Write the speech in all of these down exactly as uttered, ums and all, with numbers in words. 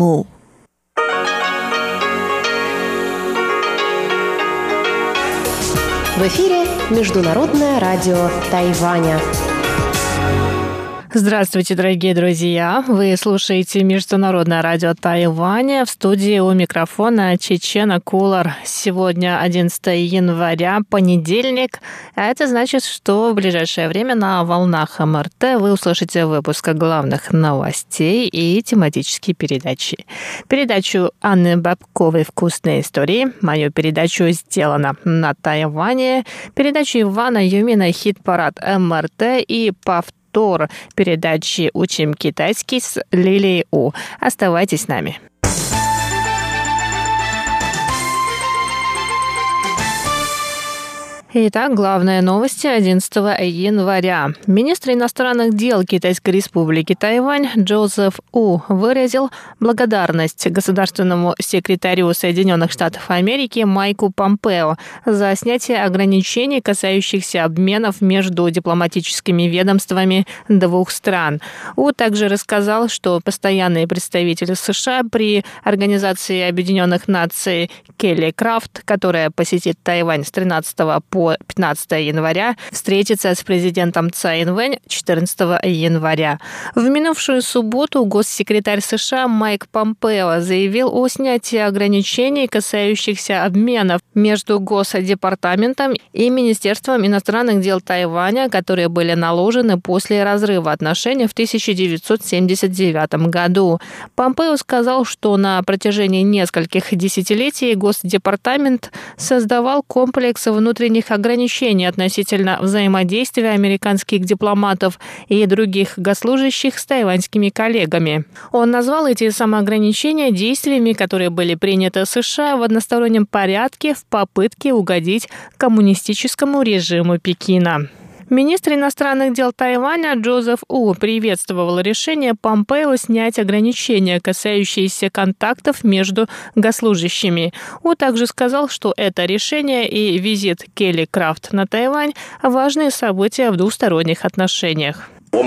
目。В эфире Международное радио Тайваня. Здравствуйте, дорогие друзья! Вы слушаете Международное радио Тайваня. В студии у микрофона Чечена Кулар. Сегодня одиннадцатое января, понедельник. А это значит, что в ближайшее время на волнах эм эр тэ вы услышите выпуск главных новостей и тематические передачи. Передачу Анны Бабковой «Вкусные истории», мою передачу «Сделано на Тайване», передачу Ивана Юмина «Хит-парад эм эр тэ» и повтор Тор передачи «Учим китайский» с Лилией У. Оставайтесь с нами. Итак, главные новости одиннадцатого января. Министр иностранных дел Китайской республики Тайвань Джозеф У выразил благодарность государственному секретарю Соединенных Штатов Америки Майку Помпео за снятие ограничений, касающихся обменов между дипломатическими ведомствами двух стран. У также рассказал, что постоянный представитель США при Организации Объединенных Наций Келли Крафт, которая посетит Тайвань с тринадцатого по пятнадцатое января, встретится с президентом Цай Инвэнь четырнадцатого января. В минувшую субботу госсекретарь США Майк Помпео заявил о снятии ограничений, касающихся обменов между Госдепартаментом и Министерством иностранных дел Тайваня, которые были наложены после разрыва отношений в тысяча девятьсот семьдесят девятом году. Помпео сказал, что на протяжении нескольких десятилетий Госдепартамент создавал комплекс внутренних ограничений относительно взаимодействия американских дипломатов и других госслужащих с тайваньскими коллегами. Он назвал эти самоограничения действиями, которые были приняты США в одностороннем порядке в попытке угодить коммунистическому режиму Пекина. Министр иностранных дел Тайваня Джозеф У приветствовал решение Помпео снять ограничения, касающиеся контактов между госслужащими. У также сказал, что это решение и визит Келли Крафт на Тайвань – важные события в двусторонних отношениях.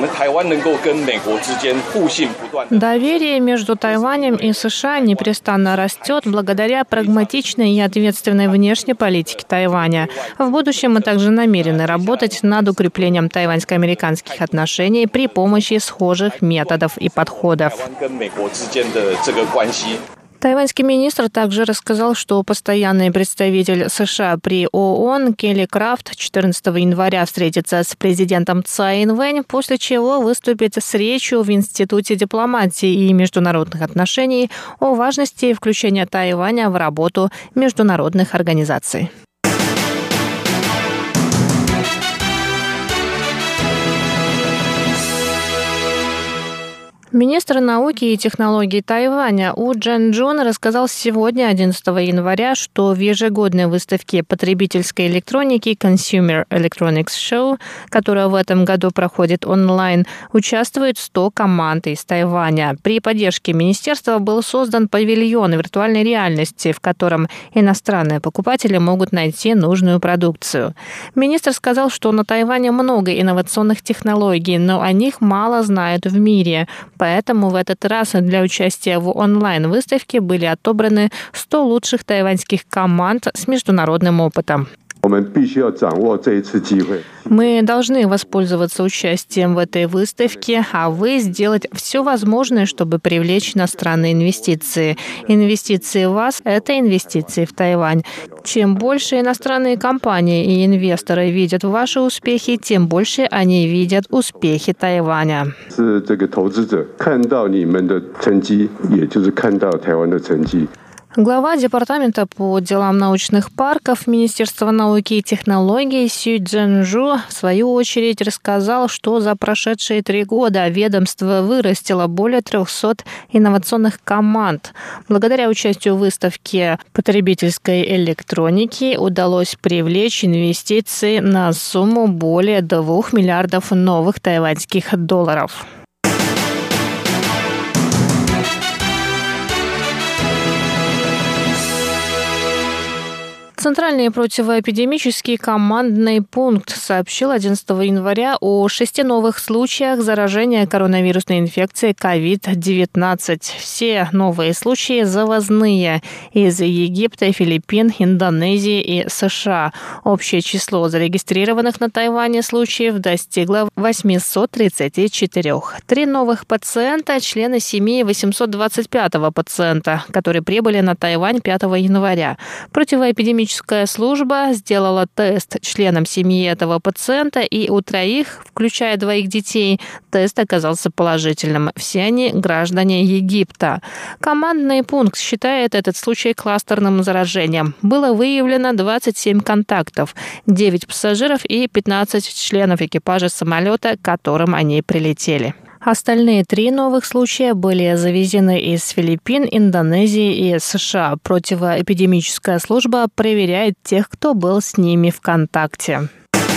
Доверие между Тайванем и США непрестанно растет благодаря прагматичной и ответственной внешней политике Тайваня. В будущем мы также намерены работать над укреплением тайваньско-американских отношений при помощи схожих методов и подходов. Тайваньский министр также рассказал, что постоянный представитель США при ООН Келли Крафт четырнадцатого января встретится с президентом Цай Инвэнь, после чего выступит с речью в Институте дипломатии и международных отношений о важности включения Тайваня в работу международных организаций. Министр науки и технологий Тайваня У Джен-Джун рассказал сегодня, одиннадцатого января, что в ежегодной выставке потребительской электроники Consumer Electronics Show, которая в этом году проходит онлайн, участвует сто команд из Тайваня. При поддержке министерства был создан павильон виртуальной реальности, в котором иностранные покупатели могут найти нужную продукцию. Министр сказал, что на Тайване много инновационных технологий, но о них мало знают в мире. Поэтому в этот раз для участия в онлайн-выставке были отобраны сто лучших тайваньских команд с международным опытом. Мы должны воспользоваться участием в этой выставке, а вы сделать все возможное, чтобы привлечь иностранные инвестиции. Инвестиции в вас – это инвестиции в Тайвань. Чем больше иностранные компании и инвесторы видят ваши успехи, тем больше они видят успехи Тайваня. Глава Департамента по делам научных парков Министерства науки и технологий Сю Цзэнжу в свою очередь рассказал, что за прошедшие три года ведомство вырастило более трехсот инновационных команд. Благодаря участию в выставке потребительской электроники удалось привлечь инвестиции на сумму более двух миллиардов новых тайваньских долларов. Центральный противоэпидемический командный пункт сообщил одиннадцатого января о шести новых случаях заражения коронавирусной инфекцией ковид девятнадцать. Все новые случаи завозные из Египта, Филиппин, Индонезии и США. Общее число зарегистрированных на Тайване случаев достигло восемьсот тридцать четыре. Три новых пациента – члены семьи восемьсот двадцать пятого пациента, которые прибыли на Тайвань пятого января. Противоэпидемическая служба сделала тест членам семьи этого пациента, и у троих, включая двоих детей, тест оказался положительным. Все они граждане Египта. Командный пункт считает этот случай кластерным заражением. Было выявлено двадцать семь контактов, девять пассажиров и пятнадцать членов экипажа самолета, к которым они прилетели. Остальные три новых случая были завезены из Филиппин, Индонезии и США. Противоэпидемическая служба проверяет тех, кто был с ними в контакте.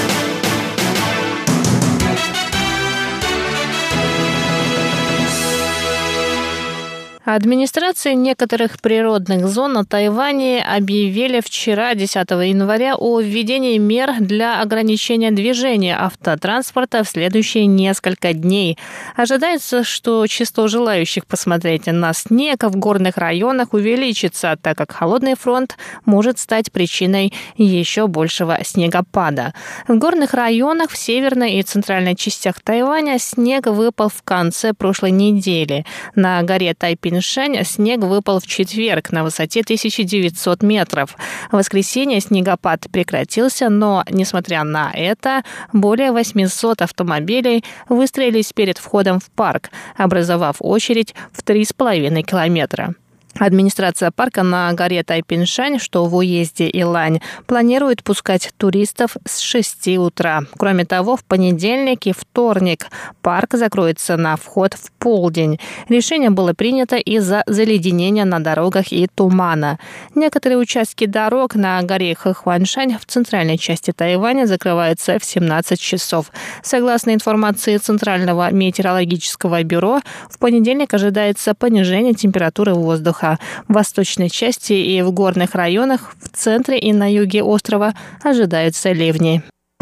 Администрации некоторых природных зон на Тайване объявили вчера, десятого января, о введении мер для ограничения движения автотранспорта в следующие несколько дней. Ожидается, что число желающих посмотреть на снег в горных районах увеличится, так как холодный фронт может стать причиной еще большего снегопада. В горных районах в северной и центральной частях Тайваня снег выпал в конце прошлой недели. На горе Тайпин снег выпал в четверг на высоте тысяча девятьсот метров. В воскресенье снегопад прекратился, но, несмотря на это, более восемьсот автомобилей выстроились перед входом в парк, образовав очередь в три с половиной километра. Администрация парка на горе Тайпиншань, что в уезде Илань, планирует пускать туристов с шести утра. Кроме того, в понедельник и вторник парк закроется на вход в полдень. Решение было принято из-за заледенения на дорогах и тумана. Некоторые участки дорог на горе Хэхуаншань в центральной части Тайваня закрываются в семнадцать часов. Согласно информации Центрального метеорологического бюро, в понедельник ожидается понижение температуры воздуха. В восточной части и в горных районах, в центре и на юге острова ожидаются ливни.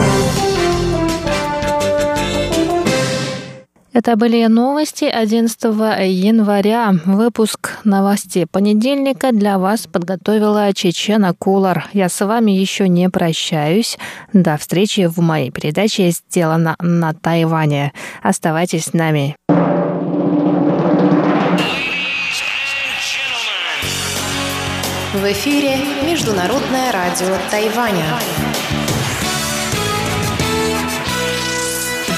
Это были новости одиннадцатого января. Выпуск новостей понедельника для вас подготовила Чечена Кулар. Я с вами еще не прощаюсь. До встречи в моей передаче «Сделано на Тайване». Оставайтесь с нами. В эфире Международное радио Тайваня.